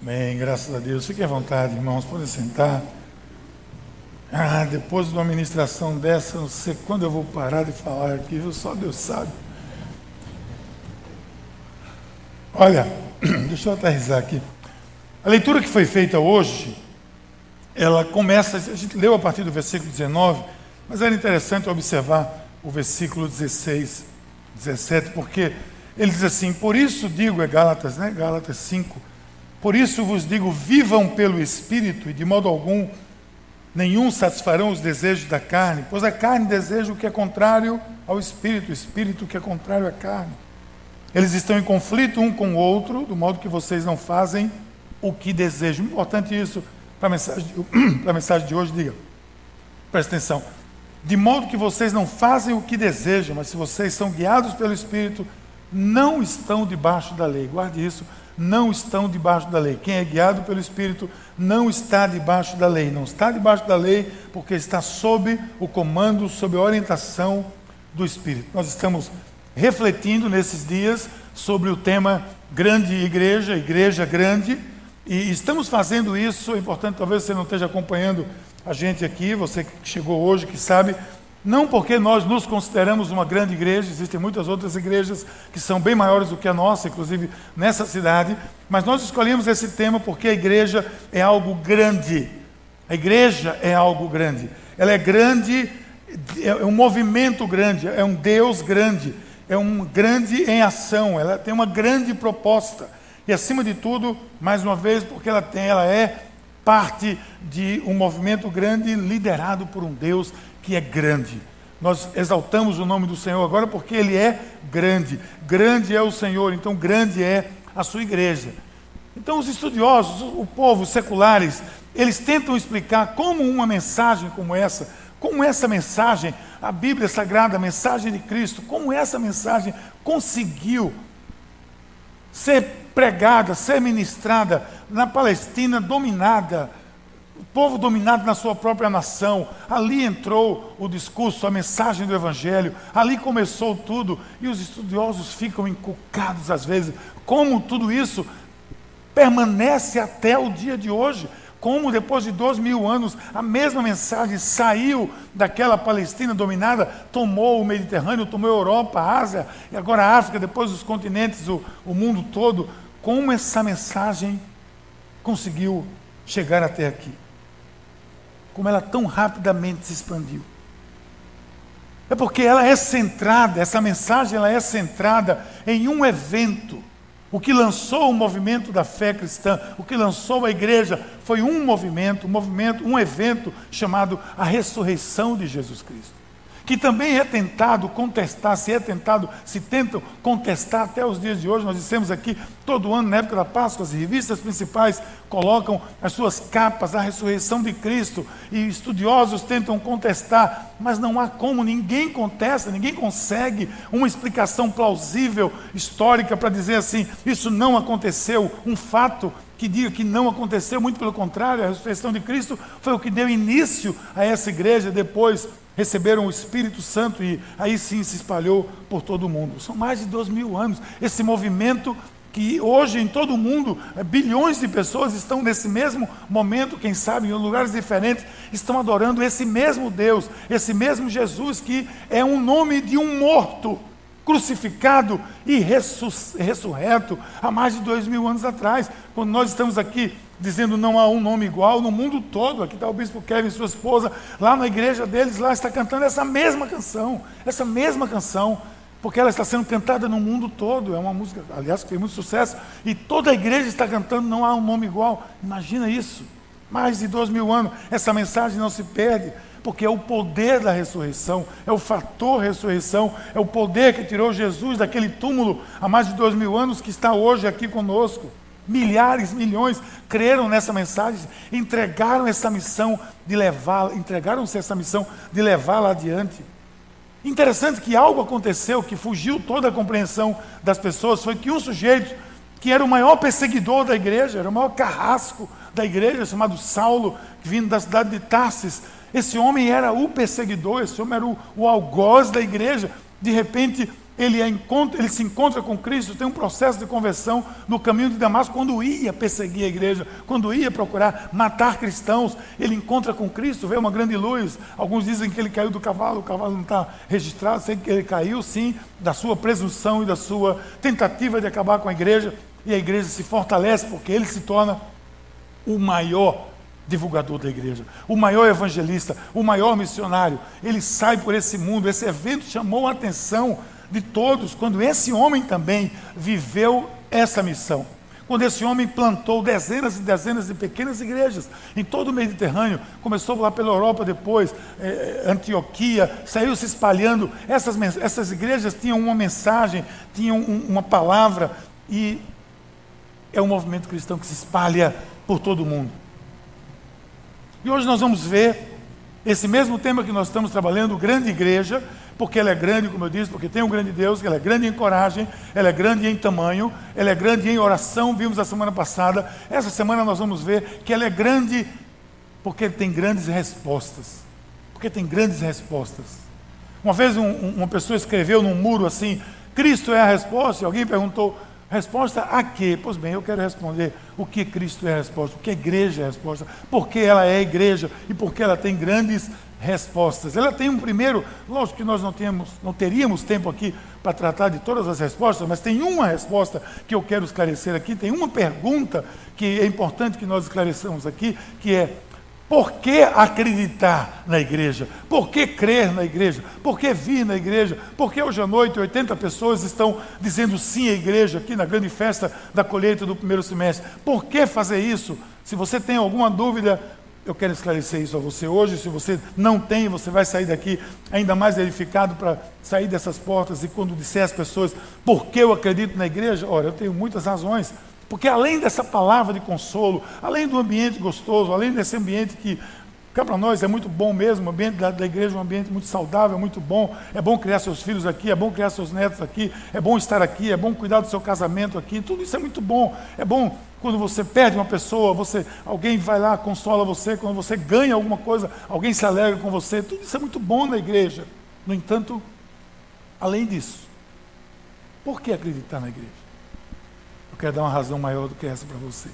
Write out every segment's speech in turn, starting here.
Bem, graças a Deus. Fiquem à vontade, irmãos, podem sentar. Depois de uma ministração dessa, não sei quando eu vou parar de falar aqui, viu? Só Deus sabe. Olha, deixa eu aterrissar aqui. A leitura que foi feita hoje, ela começa, a gente leu a partir do versículo 19, mas era interessante observar o versículo 16, 17, porque ele diz assim: por isso digo, Gálatas 5, por isso vos digo, vivam pelo Espírito, e de modo algum nenhum satisfarão os desejos da carne, pois a carne deseja o que é contrário ao Espírito, o Espírito que é contrário à carne. Eles estão em conflito um com o outro, do modo que vocês não fazem o que desejam. Importante isso para a mensagem de hoje, diga. Presta atenção. De modo que vocês não fazem o que desejam, mas se vocês são guiados pelo Espírito, não estão debaixo da lei. Guarde isso. Não estão debaixo da lei. Quem é guiado pelo Espírito não está debaixo da lei. Não está debaixo da lei porque está sob o comando, sob a orientação do Espírito. Nós estamos refletindo nesses dias sobre o tema grande igreja, igreja grande, e estamos fazendo isso. É importante, talvez você não esteja acompanhando a gente aqui, você que chegou hoje, que sabe, não porque nós nos consideramos uma grande igreja, existem muitas outras igrejas que são bem maiores do que a nossa, inclusive nessa cidade, mas nós escolhemos esse tema porque a igreja é algo grande. A igreja é algo grande. Ela é grande, é um movimento grande, é um Deus grande, é um grande em ação, ela tem uma grande proposta. E acima de tudo, mais uma vez, porque ela é parte de um movimento grande liderado por um Deus que é grande. Nós exaltamos o nome do Senhor agora porque Ele é grande. Grande é o Senhor, então grande é a sua igreja. Então os estudiosos, o povo, os seculares, eles tentam explicar como uma mensagem como essa mensagem, a Bíblia Sagrada, a mensagem de Cristo, como essa mensagem conseguiu ser pregada, ser ministrada na Palestina dominada, o povo dominado na sua própria nação. Ali entrou o discurso, a mensagem do Evangelho, ali começou tudo, e os estudiosos ficam encucados às vezes, como tudo isso permanece até o dia de hoje, como depois de 2000 anos, a mesma mensagem saiu daquela Palestina dominada, tomou o Mediterrâneo, tomou a Europa, a Ásia, e agora a África, depois os continentes, o mundo todo. Como essa mensagem conseguiu chegar até aqui? Como ela tão rapidamente se expandiu? É porque ela é centrada, essa mensagem ela é centrada em um evento. O que lançou o movimento da fé cristã, o que lançou a igreja, foi um evento chamado a ressurreição de Jesus Cristo. Que também é tentado contestar, se tentam contestar até os dias de hoje. Nós dissemos aqui, todo ano, na época da Páscoa, as revistas principais colocam as suas capas, a ressurreição de Cristo, e estudiosos tentam contestar, mas não há como, ninguém contesta, ninguém consegue uma explicação plausível, histórica, para dizer assim, isso não aconteceu, um fato que diga que não aconteceu. Muito pelo contrário, a ressurreição de Cristo foi o que deu início a essa igreja. Depois receberam o Espírito Santo e aí sim se espalhou por todo o mundo. São mais de 2000 anos. Esse movimento que hoje em todo o mundo, bilhões de pessoas estão nesse mesmo momento, quem sabe em lugares diferentes, estão adorando esse mesmo Deus, esse mesmo Jesus, que é um nome de um morto, crucificado e ressurreto há mais de 2000 anos atrás. Quando nós estamos aqui dizendo não há um nome igual no mundo todo, aqui está o bispo Kevin e sua esposa, lá na igreja deles, lá está cantando essa mesma canção, porque ela está sendo cantada no mundo todo. É uma música, aliás, que tem muito sucesso, e toda a igreja está cantando não há um nome igual. Imagina isso, mais de 2000 anos, essa mensagem não se perde, porque é o poder da ressurreição, é o fator ressurreição, é o poder que tirou Jesus daquele túmulo há mais de 2000 anos, que está hoje aqui conosco. Milhares, milhões creram nessa mensagem, entregaram-se essa missão de levá-la adiante. Interessante que algo aconteceu que fugiu toda a compreensão das pessoas. Foi que um sujeito que era o maior perseguidor da igreja, era o maior carrasco da igreja, chamado Saulo, vindo da cidade de Tarsis. Esse homem era o perseguidor, esse homem era o algoz da igreja. De repente, ele se encontra com Cristo, tem um processo de conversão no caminho de Damasco, quando ia perseguir a igreja, quando ia procurar matar cristãos, ele encontra com Cristo, vê uma grande luz. Alguns dizem que ele caiu do cavalo, o cavalo não está registrado, sei que ele caiu sim, da sua presunção e da sua tentativa de acabar com a igreja, e a igreja se fortalece, porque ele se torna o maior divulgador da igreja, o maior evangelista, o maior missionário. Ele sai por esse mundo. Esse evento chamou a atenção de todos, quando esse homem também viveu essa missão. Quando esse homem plantou dezenas e dezenas de pequenas igrejas em todo o Mediterrâneo, começou lá pela Europa, depois Antioquia, saiu se espalhando. Essas igrejas tinham uma mensagem, tinham uma palavra, e é um movimento cristão que se espalha por todo o mundo. E hoje nós vamos ver esse mesmo tema que nós estamos trabalhando, grande igreja, porque ela é grande, como eu disse, porque tem um grande Deus, ela é grande em coragem, ela é grande em tamanho, ela é grande em oração, vimos a semana passada. Essa semana nós vamos ver que ela é grande porque tem grandes respostas. Porque tem grandes respostas. Uma vez uma pessoa escreveu num muro assim: Cristo é a resposta, e alguém perguntou: resposta a quê? Pois bem, eu quero responder o que Cristo é a resposta, o que a igreja é a resposta, porque ela é a igreja e porque ela tem grandes respostas. Ela tem um primeiro, lógico que nós não teríamos tempo aqui para tratar de todas as respostas, mas tem uma resposta que eu quero esclarecer aqui, tem uma pergunta que é importante que nós esclareçamos aqui, que é: por que acreditar na igreja? Por que crer na igreja? Por que vir na igreja? Por que hoje à noite 80 pessoas estão dizendo sim à igreja aqui na grande festa da colheita do primeiro semestre? Por que fazer isso? Se você tem alguma dúvida, eu quero esclarecer isso a você hoje. Se você não tem, você vai sair daqui ainda mais edificado para sair dessas portas. E quando disser às pessoas: por que eu acredito na igreja? Olha, eu tenho muitas razões. Porque além dessa palavra de consolo, além do ambiente gostoso, além desse ambiente que para nós é muito bom mesmo, o ambiente da igreja é um ambiente muito saudável, muito bom. É bom criar seus filhos aqui, é bom criar seus netos aqui, é bom estar aqui, é bom cuidar do seu casamento aqui. Tudo isso é muito bom. É bom quando você perde uma pessoa, alguém vai lá, consola você. Quando você ganha alguma coisa, alguém se alegra com você. Tudo isso é muito bom na igreja. No entanto, além disso, por que acreditar na igreja? Eu quero dar uma razão maior do que essa para você.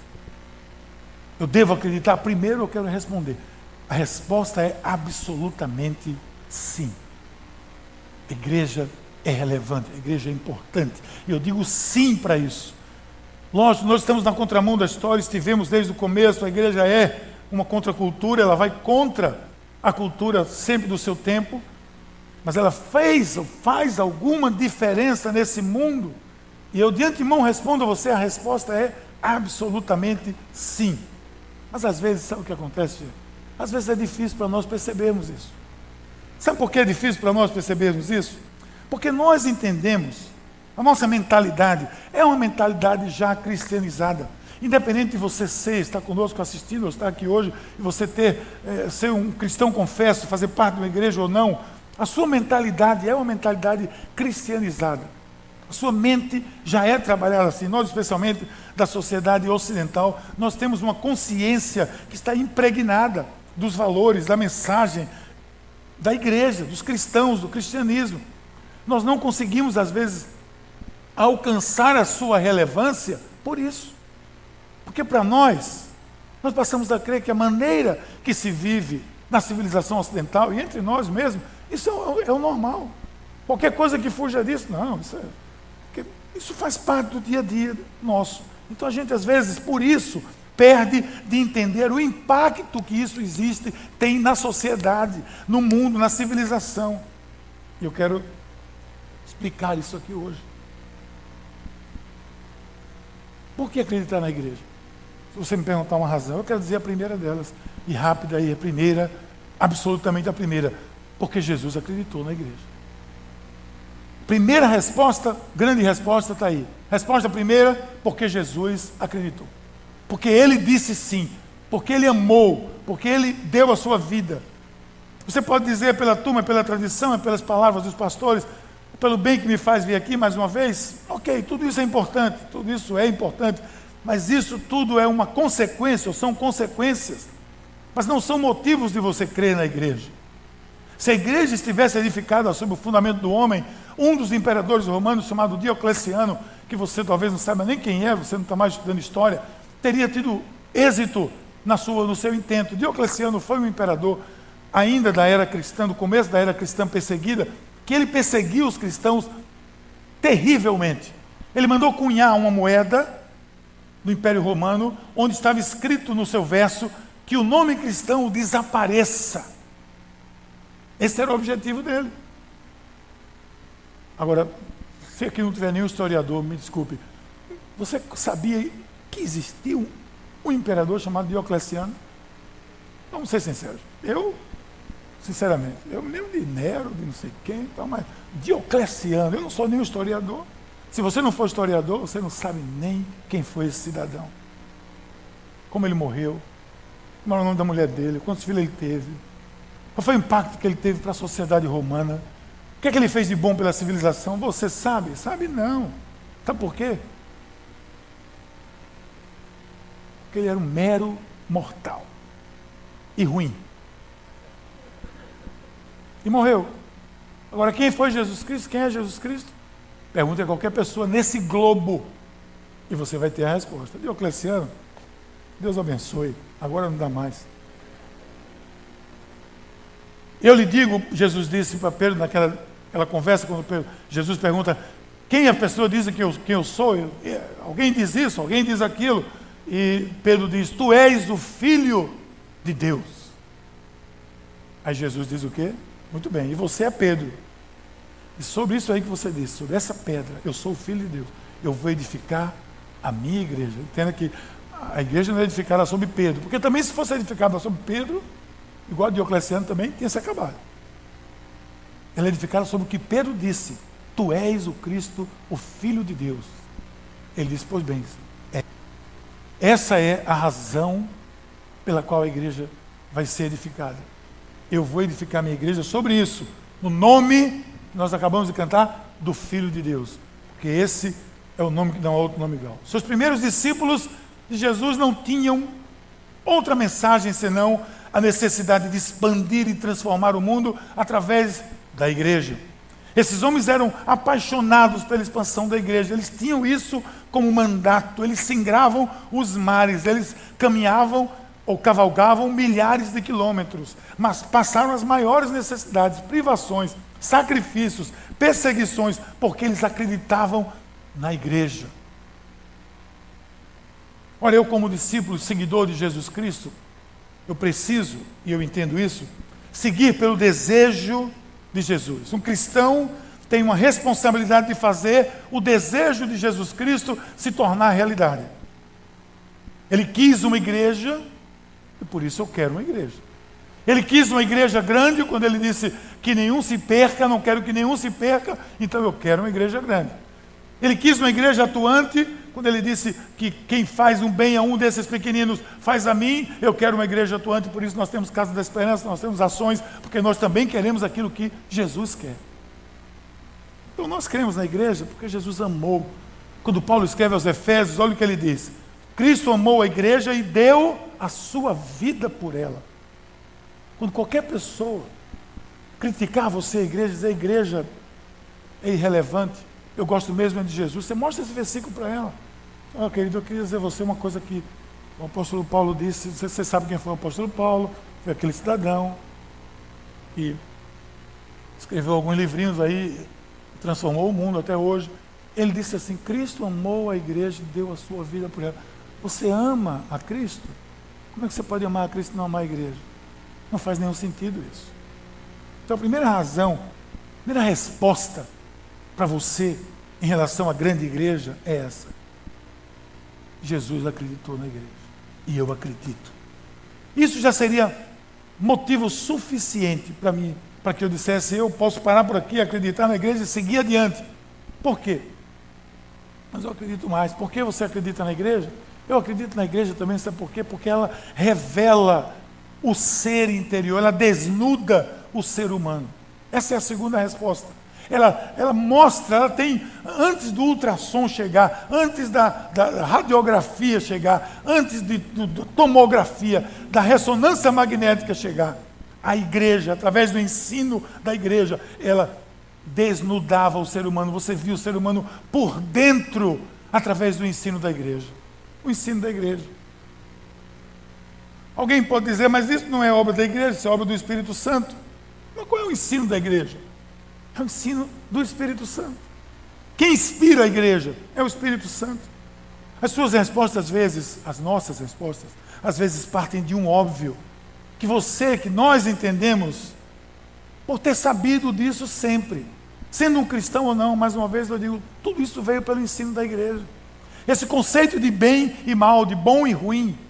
Eu devo acreditar? Primeiro eu quero responder. A resposta é absolutamente sim. A igreja é relevante, a igreja é importante. E eu digo sim para isso. Lógico, nós estamos na contramão da história, estivemos desde o começo. A igreja é uma contracultura, ela vai contra a cultura sempre do seu tempo, mas ela fez ou faz alguma diferença nesse mundo. E eu de antemão respondo a você: a resposta é absolutamente sim. Mas às vezes, sabe o que acontece? Às vezes é difícil para nós percebermos isso. Sabe por que é difícil para nós percebermos isso? Porque nós entendemos, a nossa mentalidade é uma mentalidade já cristianizada. Independente de você estar conosco assistindo, ou estar aqui hoje, e você ser um cristão confesso, fazer parte de uma igreja ou não, a sua mentalidade é uma mentalidade cristianizada. A sua mente já é trabalhada assim. Nós, especialmente da sociedade ocidental, nós temos uma consciência que está impregnada dos valores, da mensagem da igreja, dos cristãos, do cristianismo. Nós não conseguimos, às vezes, alcançar a sua relevância por isso. Porque para nós passamos a crer que a maneira que se vive na civilização ocidental, e entre nós mesmos, isso é o normal. Qualquer coisa que fuja disso, não, isso faz parte do dia a dia nosso. Então a gente, às vezes, por isso, perde de entender o impacto que isso tem na sociedade, no mundo, na civilização. E eu quero explicar isso aqui hoje. Por que acreditar na igreja? Se você me perguntar uma razão, eu quero dizer a primeira delas, e rápida aí, a primeira, absolutamente a primeira: porque Jesus acreditou na igreja. Primeira resposta, grande resposta está aí. Resposta primeira: porque Jesus acreditou. Porque Ele disse sim. Porque Ele amou. Porque Ele deu a sua vida. Você pode dizer pela turma, pela tradição, é pelas palavras dos pastores, pelo bem que me faz vir aqui mais uma vez. Ok, tudo isso é importante. Tudo isso é importante. Mas isso tudo é uma consequência, ou são consequências. Mas não são motivos de você crer na igreja. Se a igreja estivesse edificada sobre o fundamento do homem, Um dos imperadores romanos, chamado Diocleciano, que você talvez não saiba nem quem é, você não está mais estudando história, teria tido êxito no seu intento. Diocleciano foi um imperador ainda da era cristã, do começo da era cristã perseguida, que ele perseguiu os cristãos terrivelmente. Ele mandou cunhar uma moeda do Império Romano, onde estava escrito no seu verso que o nome cristão desapareça. Esse era o objetivo dele. Agora, se aqui não tiver nenhum historiador, me desculpe, você sabia que existia um imperador chamado Diocleciano? Vamos ser sinceros. Sinceramente, eu me lembro de Nero, de não sei quem, mas Diocleciano, eu não sou nenhum historiador. Se você não for historiador, você não sabe nem quem foi esse cidadão. Como ele morreu, como era o nome da mulher dele, quantos filhos ele teve, qual foi o impacto que ele teve para a sociedade romana, o que é que ele fez de bom pela civilização. Você sabe? Sabe não. Sabe por quê? Porque ele era um mero mortal e ruim. E morreu. Agora, quem foi Jesus Cristo? Quem é Jesus Cristo? Pergunte a qualquer pessoa nesse globo e você vai ter a resposta. Diocleciano, Deus abençoe, agora não dá mais. Eu lhe digo, Jesus disse para Pedro naquela conversa, quando Jesus pergunta, quem a pessoa diz quem eu sou? Alguém diz isso, alguém diz aquilo. E Pedro diz, tu és o Filho de Deus. Aí Jesus diz o quê? Muito bem, e você é Pedro. E sobre isso aí que você disse, sobre essa pedra, eu sou o Filho de Deus. Eu vou edificar a minha igreja. Entenda que a igreja não é edificada sobre Pedro, porque também se fosse edificada sobre Pedro, igual a Diocleciano também, tinha se acabado. Ela é edificada sobre o que Pedro disse, tu és o Cristo, o Filho de Deus. Ele disse, pois bem, essa é a razão pela qual a igreja vai ser edificada. Eu vou edificar minha igreja sobre isso, no nome que nós acabamos de cantar, do Filho de Deus. Porque esse é o nome que dá um outro nome igual. Seus primeiros discípulos de Jesus não tinham outra mensagem senão a necessidade de expandir e transformar o mundo através da igreja. Esses homens eram apaixonados pela expansão da igreja, eles tinham isso como mandato, eles singravam os mares, eles caminhavam ou cavalgavam milhares de quilômetros, mas passaram as maiores necessidades, privações, sacrifícios, perseguições, porque eles acreditavam na igreja. Olha, eu como discípulo, seguidor de Jesus Cristo, eu preciso, e eu entendo isso, seguir pelo desejo de Jesus. Um cristão tem uma responsabilidade de fazer o desejo de Jesus Cristo se tornar realidade. Ele quis uma igreja, e por isso eu quero uma igreja. Ele quis uma igreja grande, quando ele disse que nenhum se perca, não quero que nenhum se perca, então eu quero uma igreja grande. Ele quis uma igreja atuante, quando ele disse que quem faz um bem a um desses pequeninos faz a mim, eu quero uma igreja atuante, por isso nós temos Casa da Esperança, nós temos ações, porque nós também queremos aquilo que Jesus quer. Então nós cremos na igreja porque Jesus amou. Quando Paulo escreve aos Efésios, olha o que ele diz. Cristo amou a igreja e deu a sua vida por ela. Quando qualquer pessoa criticar você, a igreja, dizer a igreja é irrelevante, eu gosto mesmo de Jesus, você mostra esse versículo para ela. Oh, querido, eu queria dizer a você uma coisa que o apóstolo Paulo disse, você sabe quem foi o apóstolo Paulo, foi aquele cidadão que escreveu alguns livrinhos aí, transformou o mundo até hoje. Ele disse assim, Cristo amou a igreja e deu a sua vida por ela. Você ama a Cristo? Como é que você pode amar a Cristo e não amar a igreja? Não faz nenhum sentido isso. Então a primeira razão, a primeira resposta para você em relação à grande igreja é essa. Jesus acreditou na igreja. E eu acredito. Isso já seria motivo suficiente para mim, para que eu dissesse, eu posso parar por aqui, acreditar na igreja e seguir adiante. Por quê? Mas eu acredito mais. Por que você acredita na igreja? Eu acredito na igreja também, sabe por quê? Porque ela revela o ser interior, ela desnuda o ser humano. Essa é a segunda resposta. Ela mostra, ela tem, antes do ultrassom chegar, antes da radiografia chegar, antes da tomografia, da ressonância magnética chegar, a igreja, através do ensino da igreja, ela desnudava o ser humano, você via o ser humano por dentro, através do ensino da igreja. O ensino da igreja. Alguém pode dizer, mas isso não é obra da igreja, isso é obra do Espírito Santo. Mas qual é o ensino da igreja? É o ensino do Espírito Santo. Quem inspira a igreja é o Espírito Santo. As suas respostas, às vezes, as nossas respostas, às vezes partem de um óbvio, que nós entendemos, por ter sabido disso sempre. Sendo um cristão ou não, mais uma vez eu digo, tudo isso veio pelo ensino da igreja. Esse conceito de bem e mal, de bom e ruim,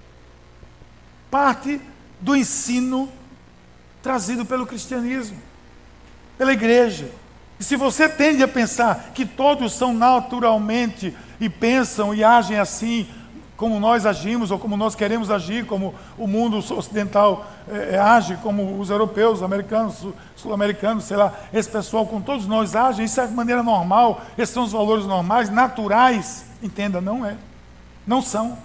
parte do ensino trazido pelo cristianismo, pela igreja. E se você tende a pensar que todos são naturalmente e pensam e agem assim, como nós agimos, ou como nós queremos agir, como o mundo ocidental age, como os europeus, americanos, sul-americanos, sei lá, esse pessoal, com todos nós agem, isso é de maneira normal, esses são os valores normais, naturais, entenda, não é, não são.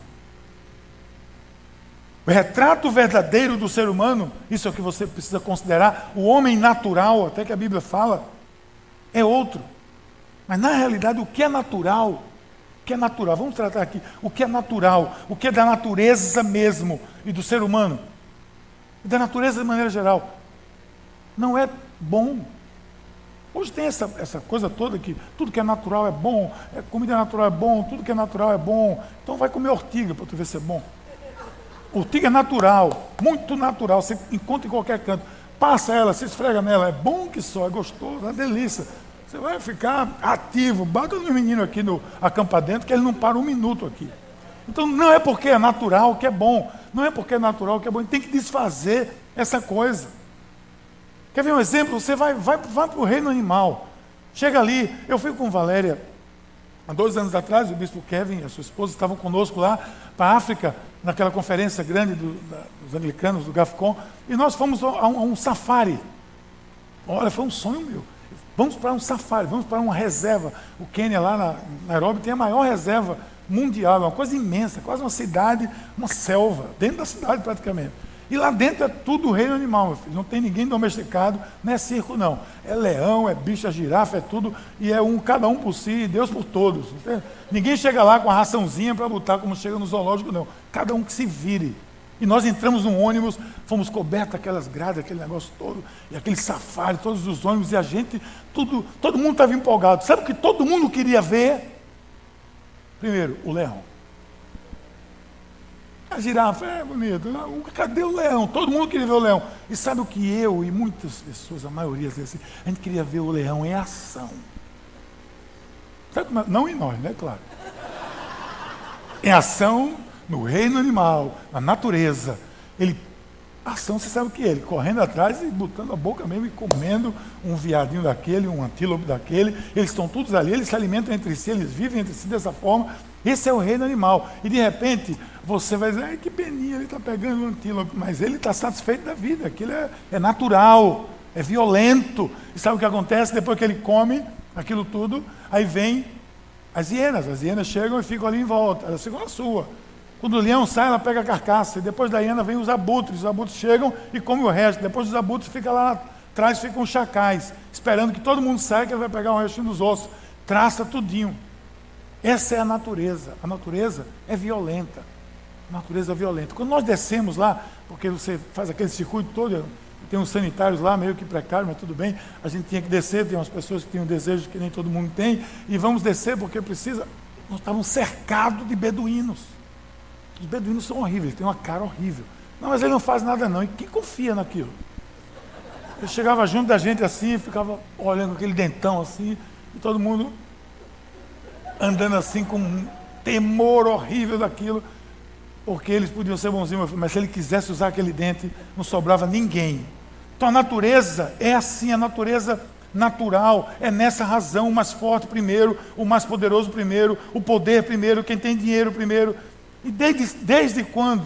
O retrato verdadeiro do ser humano, isso é o que você precisa considerar, o homem natural, até que a Bíblia fala, é outro. Mas na realidade, o que é natural? O que é natural? Vamos tratar aqui. O que é natural? O que é da natureza mesmo e do ser humano? E da natureza de maneira geral. Não é bom. Hoje tem essa coisa toda que tudo que é natural é bom, comida natural é bom, tudo que é natural é bom. Então vai comer ortiga para tu ver se é bom. Ortiga é natural, muito natural, você encontra em qualquer canto. Passa ela, se esfrega nela, é bom que só, é gostoso, é uma delícia. Você vai ficar ativo, bata no menino aqui no acampa dentro, que ele não para um minuto aqui. Então não é porque é natural que é bom, não é porque é natural que é bom, tem que desfazer essa coisa. Quer ver um exemplo? Você vai para o reino animal, chega ali, eu fui com Valéria, há 2 anos atrás, o bispo Kevin e a sua esposa estavam conosco lá para a África, naquela conferência grande dos anglicanos, do GAFCON, e nós fomos a um safari. Olha, foi um sonho meu. Vamos para um safari, vamos para uma reserva. O Quênia, lá na Nairobi, tem a maior reserva mundial, é uma coisa imensa, quase uma cidade, uma selva, dentro da cidade praticamente. E lá dentro é tudo reino animal, meu filho. Não tem ninguém domesticado, não é circo não. É leão, é bicho, é girafa, é tudo. E é cada um por si, Deus por todos. Ninguém chega lá com a raçãozinha para botar como chega no zoológico, não. Cada um que se vire. E nós entramos num ônibus, fomos cobertos aquelas grades, aquele negócio todo, e aquele safari, todos os ônibus, e a gente, todo mundo estava empolgado. Sabe o que todo mundo queria ver? Primeiro, o leão. A girafa é bonita, cadê o leão? Todo mundo queria ver o leão. E sabe o que eu e muitas pessoas, a maioria, assim, a gente queria ver o leão em ação. Sabe como é? Não em nós, né? Claro. Em ação, no reino animal, na natureza. Ação, você sabe o que é? Ele correndo atrás e botando a boca mesmo e comendo um viadinho daquele, um antílope daquele. Eles estão todos ali, eles se alimentam entre si, eles vivem entre si dessa forma. Esse é o reino animal. E de repente, você vai dizer, que peninha, ele está pegando um antílope. Mas ele está satisfeito da vida, aquilo é natural, é violento. E sabe o que acontece? Depois que ele come aquilo tudo, aí vem as hienas chegam e ficam ali em volta, elas ficam na sua. Quando o leão sai, ela pega a carcaça, e depois da hiena vem os abutres chegam e comem o resto. Depois dos abutres, fica lá atrás, ficam os chacais, esperando que todo mundo saia, que ele vai pegar o restinho dos ossos. Traça tudinho. Essa é a natureza é violenta. A natureza é violenta. Quando nós descemos lá, porque você faz aquele circuito todo, tem uns sanitários lá, meio que precários, mas tudo bem, a gente tinha que descer, tem umas pessoas que têm um desejo que nem todo mundo tem, e vamos descer porque precisa. Nós estávamos cercados de beduínos. Os beduínos são horríveis, têm uma cara horrível. Não, mas ele não faz nada não. E quem confia naquilo? Ele chegava junto da gente assim, ficava olhando aquele dentão assim, e todo mundo andando assim com um temor horrível daquilo, porque eles podiam ser bonzinhos, mas se ele quisesse usar aquele dente, não sobrava ninguém. Então a natureza é assim, a natureza natural, é nessa razão, o mais forte primeiro, o mais poderoso primeiro, o poder primeiro, quem tem dinheiro primeiro. E desde quando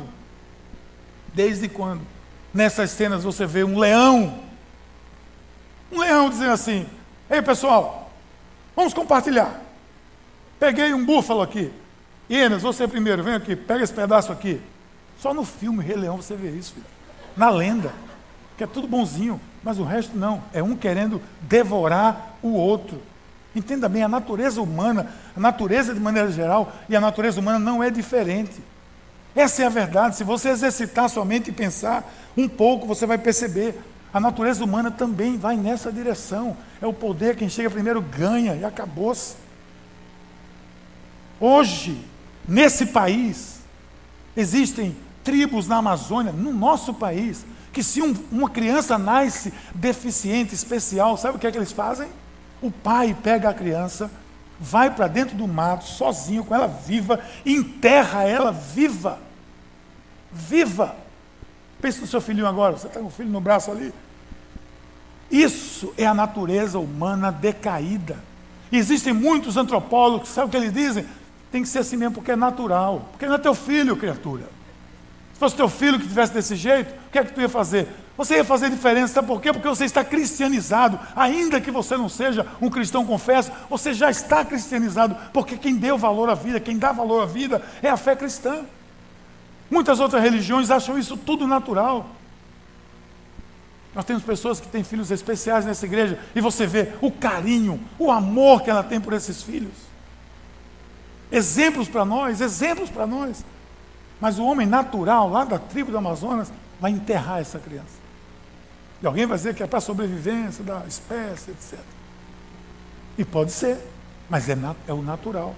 nessas cenas você vê um leão dizendo assim, ei pessoal, vamos compartilhar, peguei um búfalo aqui, hienas, você primeiro, vem aqui, pega esse pedaço aqui. Só no filme Rei Leão você vê isso, filho. Na lenda, que é tudo bonzinho, mas o resto não. É um querendo devorar o outro. Entenda bem, a natureza humana, a natureza de maneira geral, e a natureza humana não é diferente. Essa é a verdade. Se você exercitar sua mente e pensar um pouco, você vai perceber. A natureza humana também vai nessa direção. É o poder, quem chega primeiro ganha, e acabou-se. Hoje, nesse país, existem tribos na Amazônia, no nosso país, que se uma criança nasce deficiente, especial, sabe o que é que eles fazem? O pai pega a criança, vai para dentro do mato, sozinho, com ela viva, enterra ela viva. Viva! Pense no seu filhinho agora, você está com o filho no braço ali. Isso é a natureza humana decaída. Existem muitos antropólogos, sabe o que eles dizem? Tem que ser assim mesmo, porque é natural. Porque não é teu filho, criatura. Se fosse teu filho que tivesse desse jeito, o que é que tu ia fazer? Você ia fazer diferença, sabe por quê? Porque você está cristianizado. Ainda que você não seja um cristão confesso, você já está cristianizado, porque quem deu valor à vida, quem dá valor à vida, é a fé cristã. Muitas outras religiões acham isso tudo natural. Nós temos pessoas que têm filhos especiais nessa igreja, e você vê o carinho, o amor que ela tem por esses filhos. Exemplos para nós, exemplos para nós. Mas o homem natural, lá da tribo do Amazonas, vai enterrar essa criança. E alguém vai dizer que é para a sobrevivência da espécie, etc. E pode ser, mas é o natural.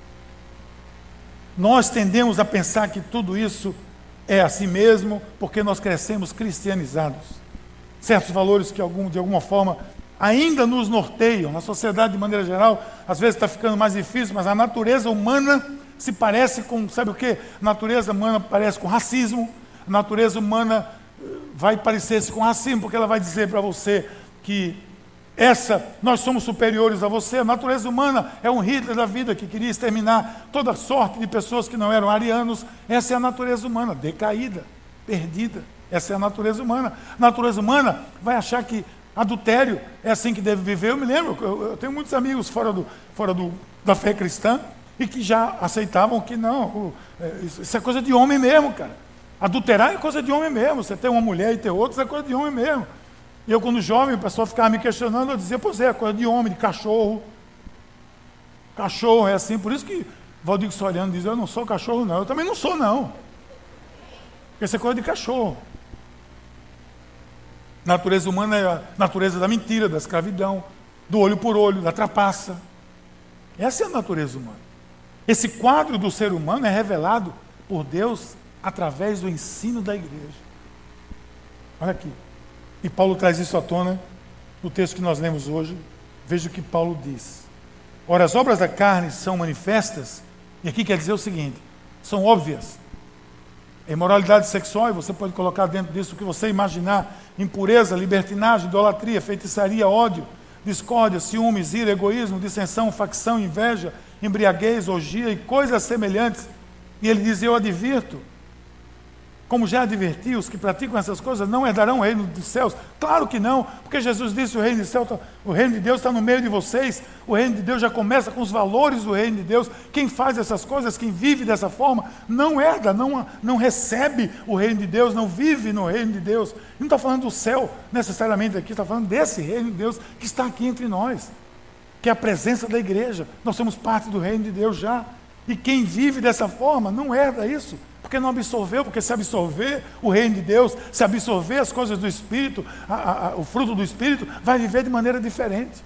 Nós tendemos a pensar que tudo isso é assim mesmo, porque nós crescemos cristianizados. Certos valores que de alguma forma ainda nos norteiam. Na sociedade, de maneira geral, às vezes está ficando mais difícil, mas a natureza humana se parece com, sabe o quê? A natureza humana parece com racismo. A natureza humana vai parecer-se com racismo, porque ela vai dizer para você que nós somos superiores a você. A natureza humana é um Hitler da vida que queria exterminar toda sorte de pessoas que não eram arianos. Essa é a natureza humana, decaída, perdida. Essa é a natureza humana. A natureza humana vai achar que adultério é assim que deve viver. Eu me lembro, eu tenho muitos amigos fora da fé cristã e que já aceitavam que não, isso é coisa de homem mesmo, cara. Adulterar é coisa de homem mesmo. Você ter uma mulher e ter outra, isso é coisa de homem mesmo. E eu, quando jovem, o pessoal ficava me questionando, eu dizia, pois é coisa de homem, de cachorro. Cachorro é assim, por isso que Valdir Soriano diz, eu não sou cachorro não, eu também não sou não. Porque isso é coisa de cachorro. Natureza humana é a natureza da mentira, da escravidão, do olho por olho, da trapaça. Essa é a natureza humana. Esse quadro do ser humano é revelado por Deus através do ensino da igreja. Olha aqui. E Paulo traz isso à tona no texto que nós lemos hoje. Veja o que Paulo diz. Ora, as obras da carne são manifestas, e aqui quer dizer o seguinte, são óbvias. A imoralidade sexual, e você pode colocar dentro disso o que você imaginar, impureza, libertinagem, idolatria, feitiçaria, ódio, discórdia, ciúmes, ira, egoísmo, dissensão, facção, inveja, embriaguez, orgia e coisas semelhantes. E ele diz, eu advirto, como já adverti, os que praticam essas coisas não herdarão o reino dos céus. Claro que não, porque Jesus disse, o reino de Deus está no meio de vocês, o reino de Deus já começa com os valores do reino de Deus. Quem faz essas coisas, quem vive dessa forma, não herda, não recebe o reino de Deus, não vive no reino de Deus. Não está falando do céu necessariamente aqui, está falando desse reino de Deus que está aqui entre nós, que é a presença da igreja. Nós somos parte do reino de Deus já. E quem vive dessa forma não herda isso, porque não absorveu, porque se absorver o reino de Deus, se absorver as coisas do Espírito, o fruto do Espírito, vai viver de maneira diferente.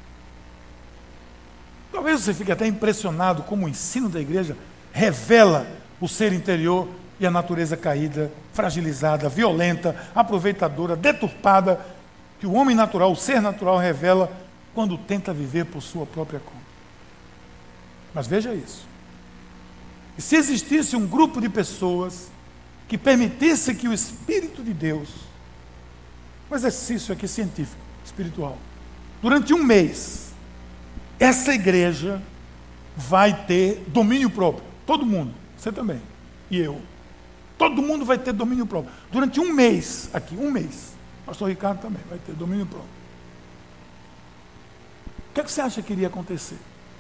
Talvez você fique até impressionado como o ensino da igreja revela o ser interior e a natureza caída, fragilizada, violenta, aproveitadora, deturpada, que o homem natural, o ser natural revela quando tenta viver por sua própria conta. Mas veja isso. E se existisse um grupo de pessoas que permitisse que o Espírito de Deus, um exercício aqui científico, espiritual, durante um mês, essa igreja vai ter domínio próprio. Todo mundo, você também, e eu. Todo mundo vai ter domínio próprio. Durante um mês, aqui, um mês. O pastor Ricardo também vai ter domínio próprio. O que é que você acha que iria acontecer?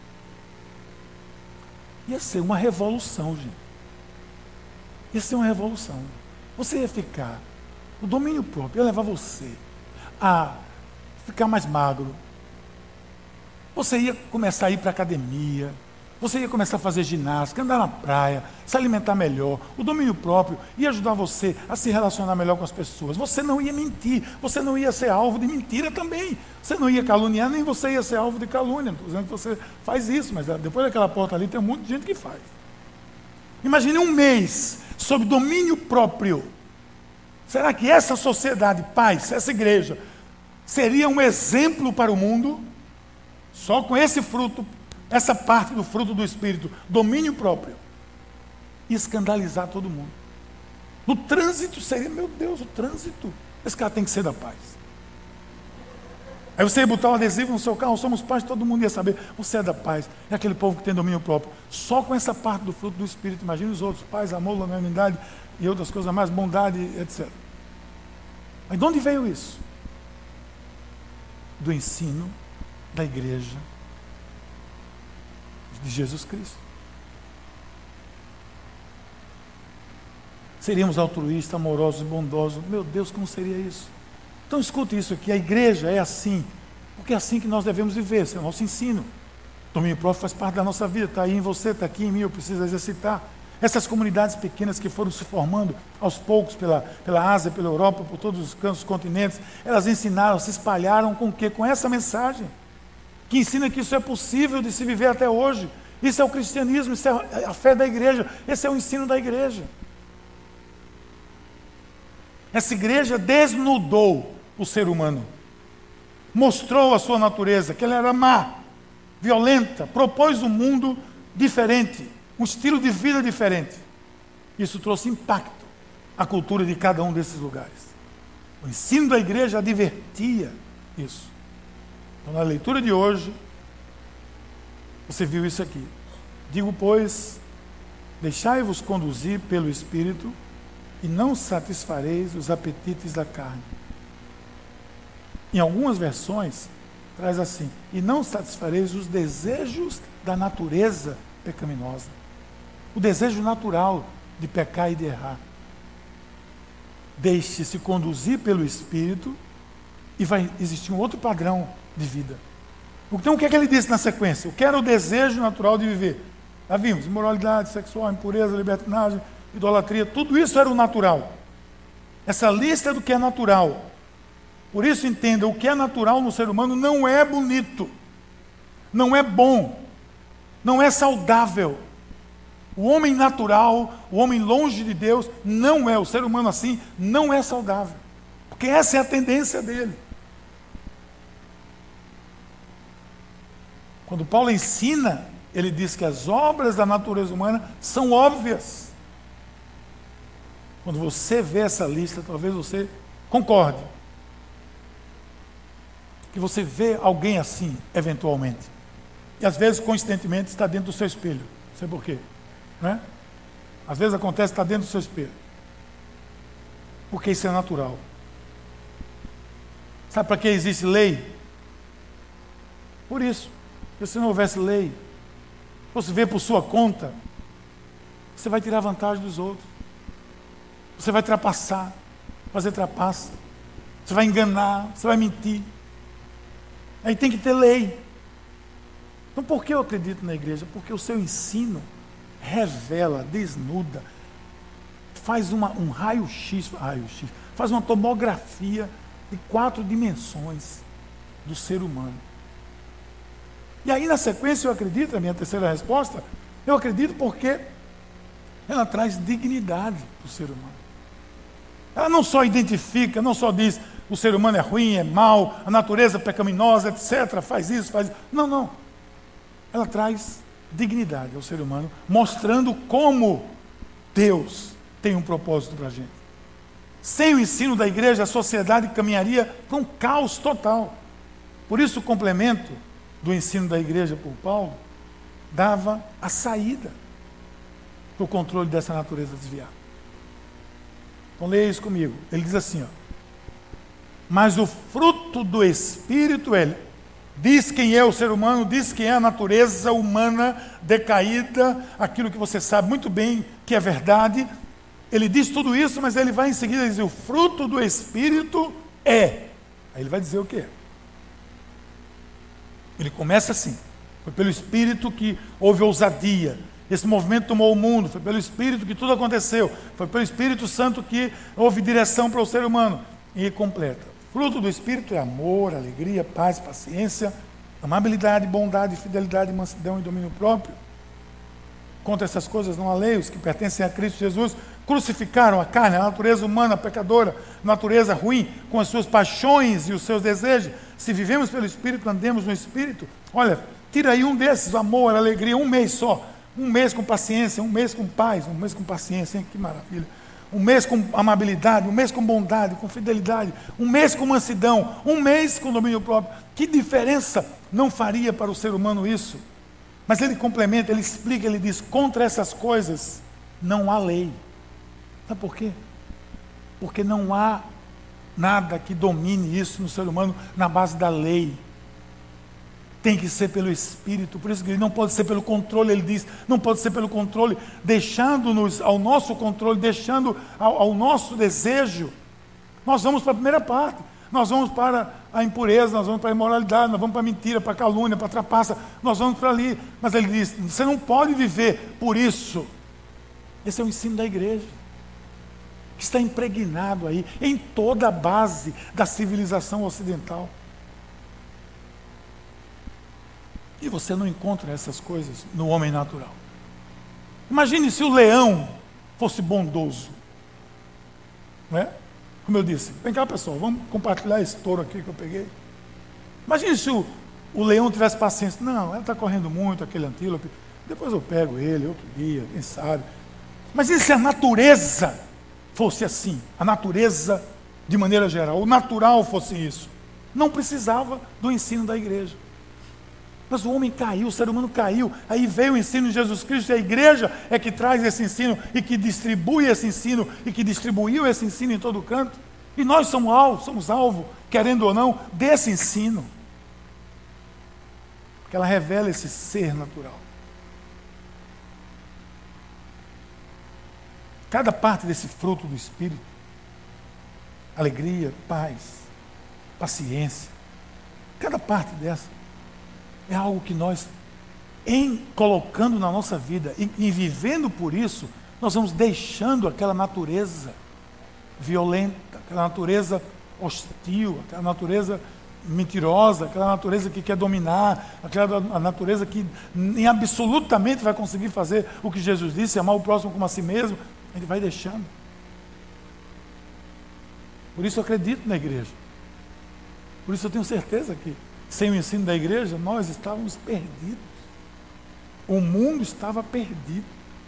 Ia ser uma revolução, gente. Ia ser uma revolução. Você ia ficar O domínio próprio ia levar você a ficar mais magro. Você ia começar a ir para a academia. Você ia começar a fazer ginástica, andar na praia, se alimentar melhor. O domínio próprio ia ajudar você a se relacionar melhor com as pessoas. Você não ia mentir, você não ia ser alvo de mentira também. Você não ia caluniar, nem você ia ser alvo de calúnia. Não estou dizendo que você faz isso, mas depois daquela porta ali tem um monte de gente que faz. Imagine um mês sob domínio próprio. Será que essa sociedade, paz, essa igreja, seria um exemplo para o mundo? Só com esse fruto, essa parte do fruto do Espírito, domínio próprio, e escandalizar todo mundo. No trânsito seria, meu Deus, o trânsito, esse cara tem que ser da paz. Aí você ia botar um adesivo no seu carro, somos paz, todo mundo ia saber, você é da paz. É aquele povo que tem domínio próprio. Só com essa parte do fruto do Espírito, imagine os outros, paz, amor, longanimidade e outras coisas mais, bondade, etc. Mas de onde veio isso? Do ensino da igreja de Jesus Cristo. Seríamos altruístas, amorosos e bondosos. Meu Deus, como seria isso? Então escute isso aqui, a igreja é assim, porque é assim que nós devemos viver, esse é o nosso ensino. O domínio próprio faz parte da nossa vida, está aí em você, está aqui em mim, eu preciso exercitar. Essas comunidades pequenas que foram se formando aos poucos pela Ásia, pela Europa, por todos os cantos, os continentes, elas ensinaram, se espalharam com o quê? Com essa mensagem, que ensina que isso é possível de se viver até hoje. Isso é o cristianismo, isso é a fé da igreja, esse é o ensino da igreja. Essa igreja desnudou o ser humano, mostrou a sua natureza, que ela era má, violenta, propôs um mundo diferente, um estilo de vida diferente. Isso trouxe impacto à cultura de cada um desses lugares. O ensino da igreja advertia isso. Então, na leitura de hoje, você viu isso aqui. Digo, pois, deixai-vos conduzir pelo Espírito e não satisfareis os apetites da carne. Em algumas versões, traz assim, e não satisfareis os desejos da natureza pecaminosa. O desejo natural de pecar e de errar. Deixe-se conduzir pelo Espírito e vai existir um outro padrão de vida. Então o que é que ele disse na sequência? O que era o desejo natural de viver? Já vimos, imoralidade sexual, impureza, libertinagem, idolatria, tudo isso era o natural. Essa lista é do que é natural. Por isso entenda, o que é natural no ser humano não é bonito, não é bom, não é saudável. O homem natural, o homem longe de Deus, não é, o ser humano assim, não é saudável. Porque essa é a tendência dele. Quando Paulo ensina, ele diz que as obras da natureza humana são óbvias. Quando você vê essa lista, talvez você concorde. Que você vê alguém assim, eventualmente. E às vezes, coincidentemente, está dentro do seu espelho. Não sei por quê. Não é? Às vezes acontece, está dentro do seu espelho. Porque isso é natural. Sabe para que existe lei? Por isso. Porque se não houvesse lei, você vê por sua conta, você vai tirar vantagem dos outros. Você vai trapaçar, fazer trapaça. Você vai enganar, você vai mentir. Aí tem que ter lei. Então por que eu acredito na igreja? Porque o seu ensino revela, desnuda, faz um raio-x, faz uma tomografia de 4 dimensões do ser humano. E aí na sequência eu acredito, a minha terceira resposta, eu acredito porque ela traz dignidade para o ser humano. Ela não só identifica, não só diz o ser humano é ruim, é mau, a natureza é pecaminosa, etc., faz isso, faz isso. Não, não. Ela traz dignidade ao ser humano, mostrando como Deus tem um propósito para a gente. Sem o ensino da igreja, a sociedade caminharia para um caos total. Por isso o complemento do ensino da igreja por Paulo dava a saída para o controle dessa natureza desviada. Então leia isso comigo. Ele diz assim, ó, mas o fruto do Espírito, diz quem é o ser humano, diz quem é a natureza humana decaída, aquilo que você sabe muito bem que é verdade. ele diz tudo isso, mas ele vai em seguida dizer: o fruto do Espírito é. Aí ele vai dizer o quê? Ele começa assim: foi pelo Espírito que houve ousadia, esse movimento tomou o mundo, foi pelo Espírito que tudo aconteceu, foi pelo Espírito Santo que houve direção para o ser humano. E completa: fruto do Espírito é amor, alegria, paz, paciência, amabilidade, bondade, fidelidade, mansidão e domínio próprio. Contra essas coisas não há lei. Os que pertencem a Cristo Jesus crucificaram a carne, a natureza humana pecadora, natureza ruim, com as suas paixões e os seus desejos. Se vivemos pelo Espírito, andemos no Espírito. Olha, tira aí um desses, amor, alegria, um mês só. Um mês com paciência, um mês com paz, um mês com paciência, hein? Que maravilha. Um mês com amabilidade, um mês com bondade, com fidelidade, um mês com mansidão, um mês com domínio próprio. Que diferença não faria para o ser humano isso? Mas ele complementa, ele explica, ele diz: contra essas coisas não há lei. Sabe por quê? Porque não há nada que domine isso no ser humano na base da lei. Tem que ser pelo Espírito. Por isso que ele não pode ser pelo controle, ele diz, não pode ser pelo controle, deixando-nos ao nosso controle, deixando ao nosso desejo. Nós vamos para a primeira parte. Nós vamos para a impureza, nós vamos para a imoralidade, nós vamos para a mentira, para a calúnia, para a trapaça, nós vamos para ali. Mas ele diz: você não pode viver por isso. Esse é o ensino da igreja, que está impregnado aí, em toda a base da civilização ocidental. E você não encontra essas coisas no homem natural. Imagine se o leão fosse bondoso, não é? Como eu disse, vem cá pessoal, vamos compartilhar esse touro aqui que eu peguei. Imagine se o leão tivesse paciência. Não, ela está correndo muito, aquele antílope, depois eu pego ele outro dia, quem sabe. Imagine se a natureza fosse assim, a natureza de maneira geral, o natural fosse isso. Não precisava do ensino da igreja. Mas o homem caiu, o ser humano caiu, aí veio o ensino de Jesus Cristo, e a igreja é que traz esse ensino, e que distribui esse ensino, e que distribuiu esse ensino em todo canto. E nós somos alvo, querendo ou não, desse ensino. Porque ela revela esse ser natural. Cada parte desse fruto do Espírito, alegria, paz, paciência, cada parte dessa, é algo que nós, em colocando na nossa vida, em vivendo por isso, nós vamos deixando aquela natureza violenta, aquela natureza hostil, aquela natureza mentirosa, aquela natureza que quer dominar, aquela natureza que nem absolutamente vai conseguir fazer o que Jesus disse, amar o próximo como a si mesmo. A gente vai deixando. Por isso eu acredito na igreja. Por isso eu tenho certeza que sem o ensino da igreja, nós estávamos perdidos. O mundo estava perdido.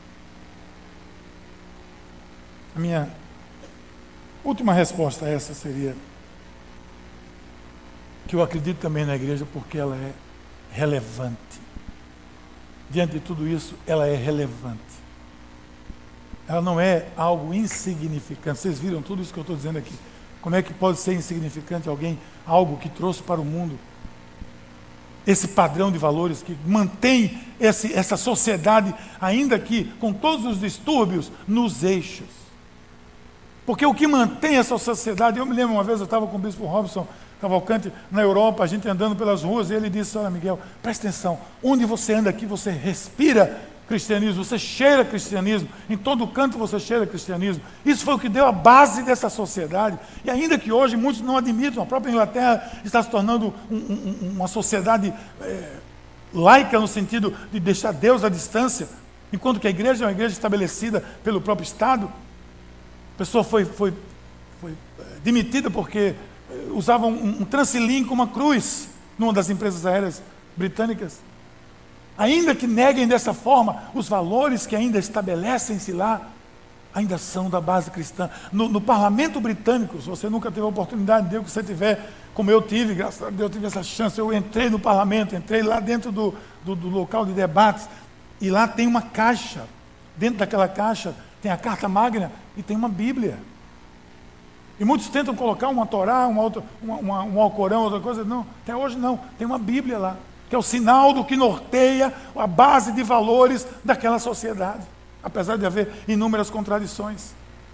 A minha última resposta a essa seria que eu acredito também na igreja porque ela é relevante. Diante de tudo isso, ela é relevante. Ela não é algo insignificante. Vocês viram tudo isso que eu estou dizendo aqui. Como é que pode ser insignificante algo que trouxe para o mundo esse padrão de valores que mantém essa sociedade, ainda que com todos os distúrbios, nos eixos. Porque o que mantém essa sociedade, eu me lembro uma vez, eu estava com o bispo Robson Cavalcante na Europa, a gente andando pelas ruas, e ele disse: olha Miguel, presta atenção, onde você anda aqui, você respira cristianismo, você cheira cristianismo, em todo canto você cheira cristianismo. Isso foi o que deu a base dessa sociedade, e ainda que hoje muitos não admitam, a própria Inglaterra está se tornando uma sociedade laica, no sentido de deixar Deus à distância, enquanto que a igreja é uma igreja estabelecida pelo próprio Estado. A pessoa foi demitida porque usava um transilim com uma cruz numa das empresas aéreas britânicas. Ainda que neguem dessa forma, os valores que ainda estabelecem-se lá, ainda são da base cristã. No parlamento britânico, se você nunca teve a oportunidade, Deus que você tiver, como eu tive, graças a Deus eu tive essa chance, eu entrei no parlamento, entrei lá dentro do local de debates, e lá tem uma caixa, dentro daquela caixa tem a Carta Magna e tem uma Bíblia. E muitos tentam colocar uma Torá, um Alcorão, outra coisa, não, até hoje não, tem uma Bíblia lá, que é o sinal do que norteia a base de valores daquela sociedade, apesar de haver inúmeras contradições.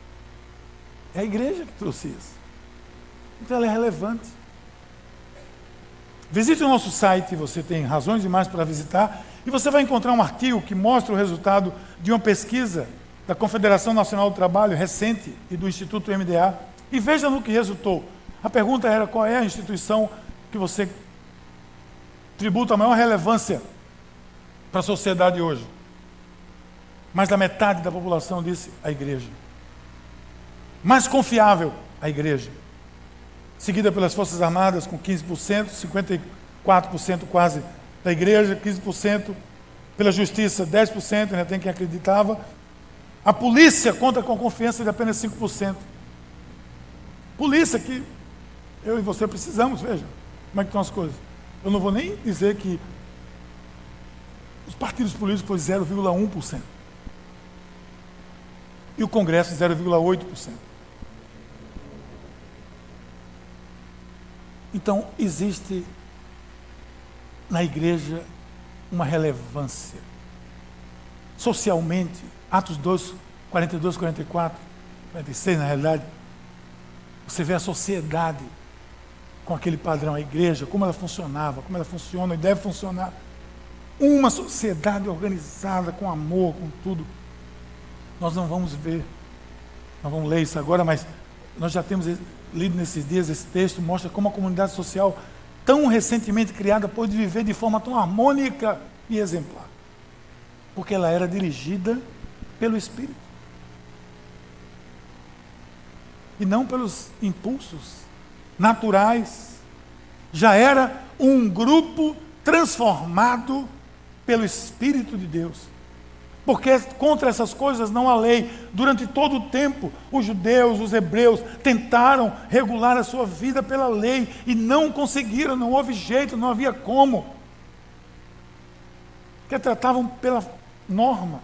É a igreja que trouxe isso. Então ela é relevante. Visite o nosso site, você tem razões demais para visitar, e você vai encontrar um artigo que mostra o resultado de uma pesquisa da Confederação Nacional do Trabalho recente e do Instituto MDA, e veja no que resultou. A pergunta era: qual é a instituição que você tributa a maior relevância para a sociedade hoje? Mais da metade da população disse: a igreja. Mais confiável, a igreja. Seguida pelas Forças Armadas com 15%, 54% quase da igreja, 15%, pela Justiça 10%, ainda tem quem acreditava. A polícia conta com confiança de apenas 5%. Polícia que eu e você precisamos, veja como é que estão as coisas. Eu não vou nem dizer que os partidos políticos foi 0,1%. E o Congresso 0,8%. Então, existe na igreja uma relevância. Socialmente, Atos 2, 42, 44, 46 na realidade, você vê a sociedade com aquele padrão, a igreja, como ela funcionava, como ela funciona e deve funcionar. Uma sociedade organizada, com amor, com tudo. Nós não vamos ver, não vamos ler isso agora, mas nós já temos lido nesses dias esse texto, mostra como a comunidade social, tão recentemente criada, pôde viver de forma tão harmônica e exemplar. Porque ela era dirigida pelo Espírito. E não pelos impulsos naturais. Já era um grupo transformado pelo Espírito de Deus. Porque contra essas coisas não há lei. Durante todo o tempo, os judeus, os hebreus, tentaram regular a sua vida pela lei e não conseguiram, não houve jeito, não havia como. Porque tratavam pela norma.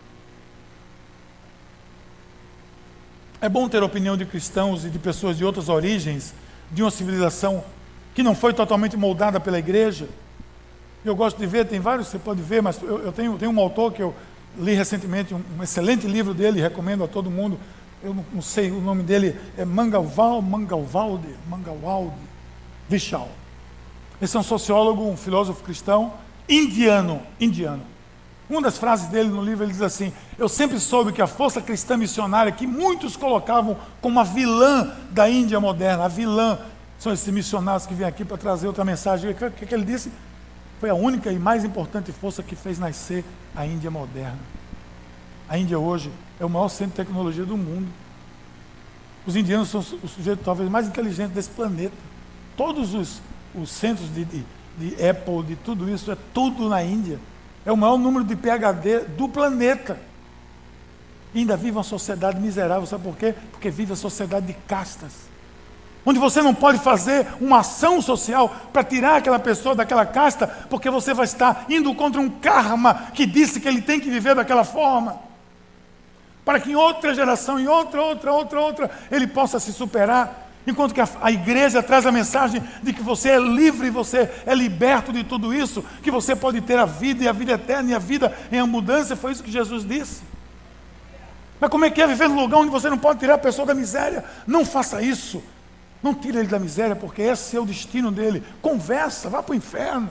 É bom ter a opinião de cristãos e de pessoas de outras origens, de uma civilização que não foi totalmente moldada pela igreja. Eu gosto de ver, tem vários, você pode ver, mas eu tenho um autor que eu li recentemente, um excelente livro dele, recomendo a todo mundo. Eu não sei, o nome dele é Mangalwalde Vishal. Esse é um sociólogo, um filósofo cristão indiano. Uma das frases dele no livro, ele diz assim: eu sempre soube que a força cristã missionária, que muitos colocavam como a vilã da Índia moderna, a vilã, são esses missionários que vêm aqui para trazer outra mensagem. O que ele disse? Foi a única e mais importante força que fez nascer a Índia moderna. A Índia hoje é o maior centro de tecnologia do mundo. Os indianos são o sujeito talvez mais inteligente desse planeta. Todos os centros de Apple, de tudo isso, é tudo na Índia. É o maior número de PhD do planeta. E ainda vive uma sociedade miserável, sabe por quê? Porque vive a sociedade de castas. Onde você não pode fazer uma ação social para tirar aquela pessoa daquela casta, porque você vai estar indo contra um karma que disse que ele tem que viver daquela forma. Para que em outra geração, em outra, ele possa se superar. Enquanto que a igreja traz a mensagem de que você é livre, você é liberto de tudo isso, que você pode ter a vida e a vida eterna e a vida em abundância. Foi isso que Jesus disse. Mas como é que é viver num lugar onde você não pode tirar a pessoa da miséria? Não faça isso. Não tire ele da miséria, porque esse é o destino dele. Conversa, vá para o inferno.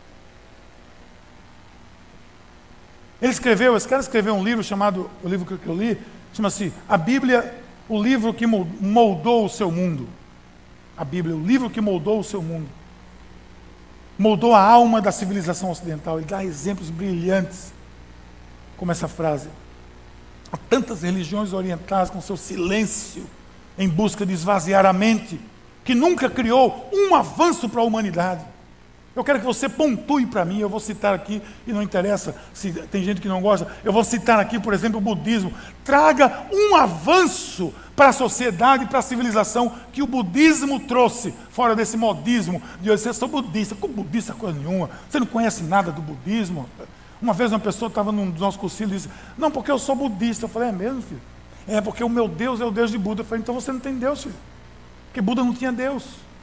Esse cara escreveu um livro chamado, o livro que eu li, chama-se A Bíblia, o livro que moldou o seu mundo. A Bíblia, o livro que moldou o seu mundo. Moldou a alma da civilização ocidental. Ele dá exemplos brilhantes, como essa frase. Há tantas religiões orientais com seu silêncio, em busca de esvaziar a mente, que nunca criou um avanço para a humanidade. Eu quero que você pontue para mim, eu vou citar aqui, e não interessa se tem gente que não gosta, eu vou citar aqui, por exemplo, o budismo. Traga um avanço para a sociedade, para a civilização, que o budismo trouxe, fora desse modismo, de hoje, eu sou budista. Como budista coisa nenhuma? Você não conhece nada do budismo? Uma vez uma pessoa estava num dos nossos cursinhos e disse: não, porque eu sou budista. Eu falei: é mesmo, filho? É porque o meu Deus é o Deus de Buda. Eu falei: então você não tem Deus, filho. Porque Buda não tinha Deus.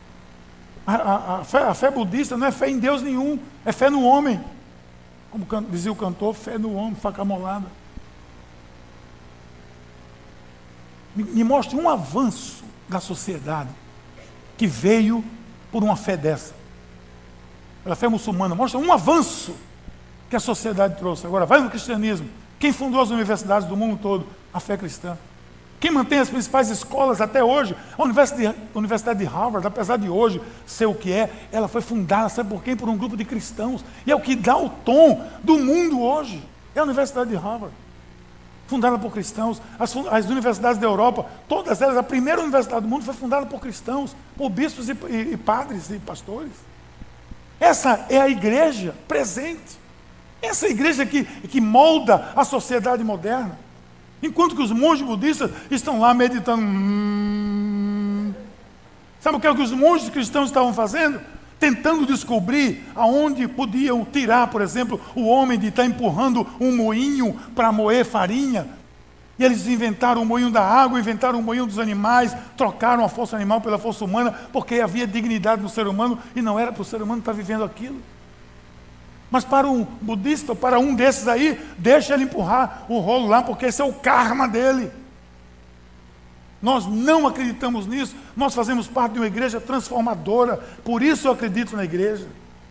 A fé budista não é fé em Deus nenhum, é fé no homem. Como dizia o cantor, fé no homem, faca molada. Me mostre um avanço da sociedade que veio por uma fé dessa. Pela fé muçulmana, mostra um avanço que a sociedade trouxe. Agora, vai no cristianismo. Quem fundou as universidades do mundo todo? A fé cristã. Quem mantém as principais escolas até hoje? A Universidade de Harvard, apesar de hoje ser o que é, ela foi fundada, sabe por quem? Por um grupo de cristãos. E é o que dá o tom do mundo hoje. É a Universidade de Harvard. Fundada por cristãos. As universidades da Europa, todas elas, a primeira universidade do mundo foi fundada por cristãos, por bispos e padres e pastores. Essa é a igreja presente. Essa é a igreja que molda a sociedade moderna. Enquanto que os monges budistas estão lá meditando. Sabe o que os monges cristãos estavam fazendo? Tentando descobrir aonde podiam tirar, por exemplo, o homem de estar empurrando um moinho para moer farinha. E eles inventaram o moinho da água, inventaram o moinho dos animais, trocaram a força animal pela força humana, porque havia dignidade no ser humano e não era para o ser humano estar vivendo aquilo. Mas para um budista, para um desses aí, deixa ele empurrar o rolo lá, porque esse é o karma dele. Nós não acreditamos nisso, nós fazemos parte de uma igreja transformadora, por isso eu acredito na igreja.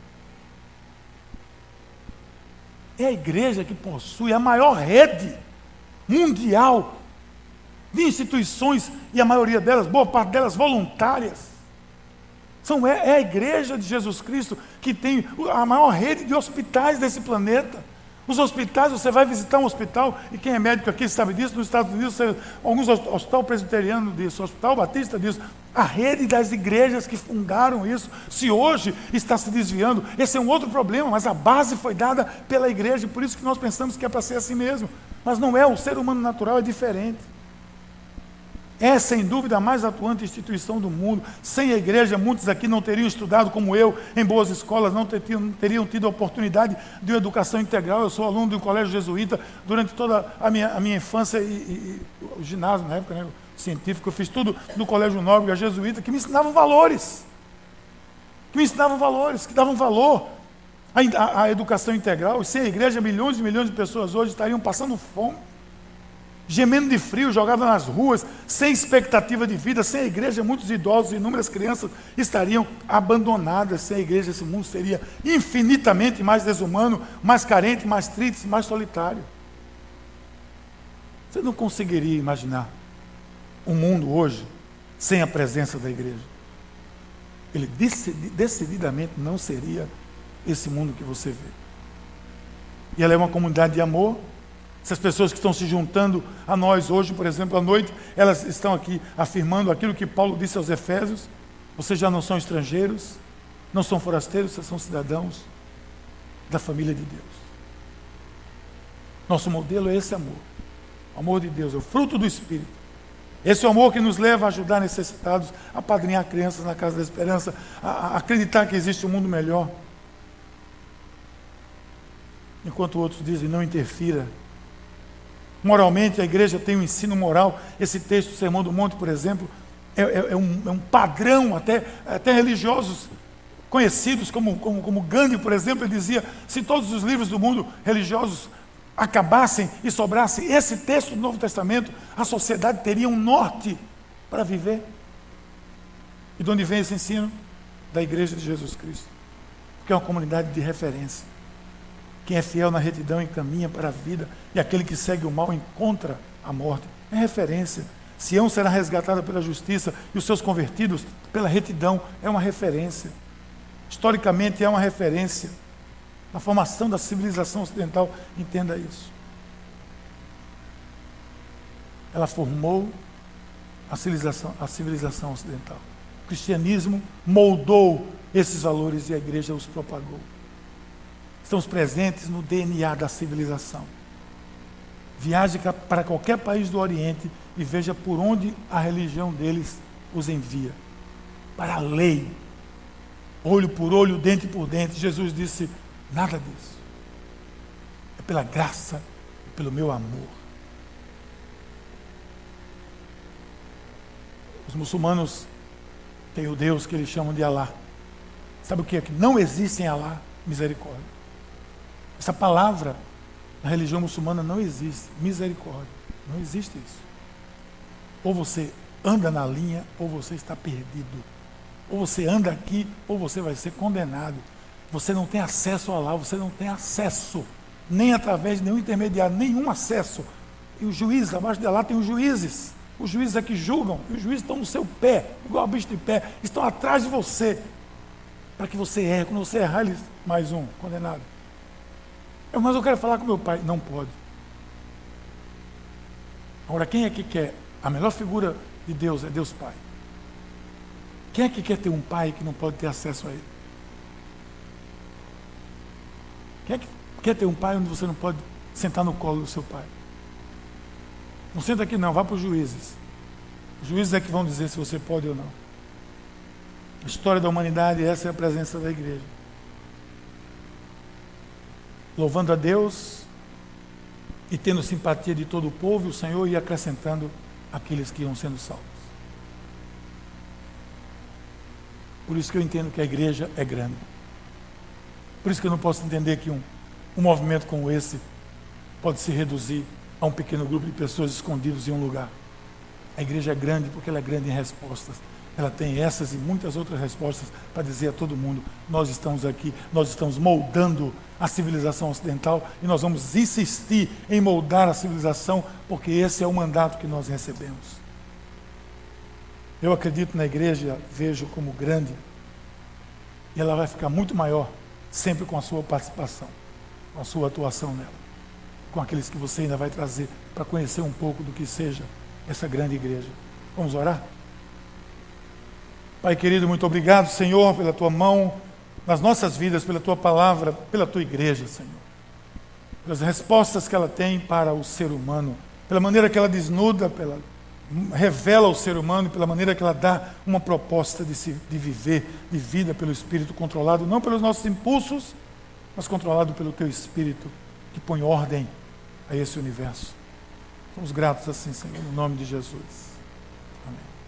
É a igreja que possui a maior rede mundial de instituições, e a maioria delas, boa parte delas voluntárias. É a igreja de Jesus Cristo que tem a maior rede de hospitais desse planeta. Os hospitais, você vai visitar um hospital, e quem é médico aqui sabe disso, nos Estados Unidos, alguns hospital presbiteriano disso, hospital batista disso, a rede das igrejas que fundaram isso, se hoje está se desviando, esse é um outro problema, mas a base foi dada pela igreja, e por isso que nós pensamos que é para ser assim mesmo. Mas não é, o ser humano natural é diferente. É, sem dúvida, a mais atuante instituição do mundo. Sem a igreja, muitos aqui não teriam estudado como eu, em boas escolas, não teriam tido a oportunidade de uma educação integral. Eu sou aluno de um colégio jesuíta durante toda a minha infância e o ginásio, na época, né, científico. Eu fiz tudo no colégio Nóbrega jesuíta, que me ensinavam valores. Que davam valor à educação integral. E sem a igreja, milhões e milhões de pessoas hoje estariam passando fome, gemendo de frio, jogadas nas ruas, sem expectativa de vida. Sem a igreja, muitos idosos e inúmeras crianças estariam abandonadas. Sem a igreja, esse mundo seria infinitamente mais desumano, mais carente, mais triste, mais solitário. Você não conseguiria imaginar um mundo hoje sem a presença da igreja. Ele decididamente não seria esse mundo que você vê. E ela é uma comunidade de amor. Essas pessoas que estão se juntando a nós hoje, por exemplo, à noite, elas estão aqui afirmando aquilo que Paulo disse aos Efésios: vocês já não são estrangeiros, não são forasteiros, vocês são cidadãos da família de Deus. Nosso modelo é esse amor. O amor de Deus é o fruto do Espírito. Esse é o amor que nos leva a ajudar necessitados, a apadrinhar crianças na casa da esperança, a acreditar que existe um mundo melhor. Enquanto outros dizem, não interfira. Moralmente, a igreja tem um ensino moral. Esse texto do Sermão do Monte, por exemplo, é um padrão, até religiosos conhecidos, como Gandhi, por exemplo. Ele dizia, se todos os livros do mundo religiosos acabassem e sobrasse esse texto do Novo Testamento, a sociedade teria um norte para viver. E de onde vem esse ensino? Da igreja de Jesus Cristo, porque é uma comunidade de referência. Quem é fiel na retidão encaminha para a vida, e aquele que segue o mal encontra a morte. É referência. Sião será resgatada pela justiça, e os seus convertidos pela retidão. É uma referência. Historicamente é uma referência. Na formação da civilização ocidental, entenda isso. Ela formou a civilização ocidental. O cristianismo moldou esses valores e a igreja os propagou. Estamos presentes no DNA da civilização. Viaje para qualquer país do Oriente e veja por onde a religião deles os envia. Para a lei. Olho por olho, dente por dente. Jesus disse, nada disso. É pela graça e pelo meu amor. Os muçulmanos têm o Deus que eles chamam de Alá. Sabe o que é? Que não existe em Alá misericórdia. Essa palavra na religião muçulmana não existe. Misericórdia. Não existe isso. Ou você anda na linha, ou você está perdido. Ou você anda aqui, ou você vai ser condenado. Você não tem acesso a lá, você não tem acesso, nem através de nenhum intermediário, nenhum acesso. E os juízes, abaixo de lá tem os juízes. Os juízes é que julgam, e os juízes estão no seu pé, igual a bicho de pé, estão atrás de você, para que você erre. Quando você errar, eles, mais um, condenado. Mas eu quero falar com meu pai. Não pode. Agora, quem é que quer? A melhor figura de Deus é Deus Pai. Quem é que quer ter um pai que não pode ter acesso a ele? Quem é que quer ter um pai onde você não pode sentar no colo do seu pai? Não senta aqui não, vá para os juízes. Os juízes é que vão dizer se você pode ou não. A história da humanidade, essa é a presença da igreja. Louvando a Deus e tendo simpatia de todo o povo, o Senhor ia acrescentando aqueles que iam sendo salvos. Por isso que eu entendo que a igreja é grande. Por isso que eu não posso entender que um movimento como esse pode se reduzir a um pequeno grupo de pessoas escondidas em um lugar. A igreja é grande porque ela é grande em respostas. Ela tem essas e muitas outras respostas para dizer a todo mundo: nós estamos aqui, nós estamos moldando a civilização ocidental e nós vamos insistir em moldar a civilização, porque esse é o mandato que nós recebemos. Eu acredito na igreja, vejo como grande, e ela vai ficar muito maior sempre com a sua participação, com a sua atuação nela, com aqueles que você ainda vai trazer para conhecer um pouco do que seja essa grande igreja. Vamos orar? Pai querido, muito obrigado, Senhor, pela Tua mão nas nossas vidas, pela Tua palavra, pela Tua igreja, Senhor. Pelas respostas que ela tem para o ser humano, pela maneira que ela desnuda, revela o ser humano, e pela maneira que ela dá uma proposta de viver, de vida pelo Espírito, controlado não pelos nossos impulsos, mas controlado pelo Teu Espírito, que põe ordem a esse universo. Somos gratos assim, Senhor, no nome de Jesus. Amém.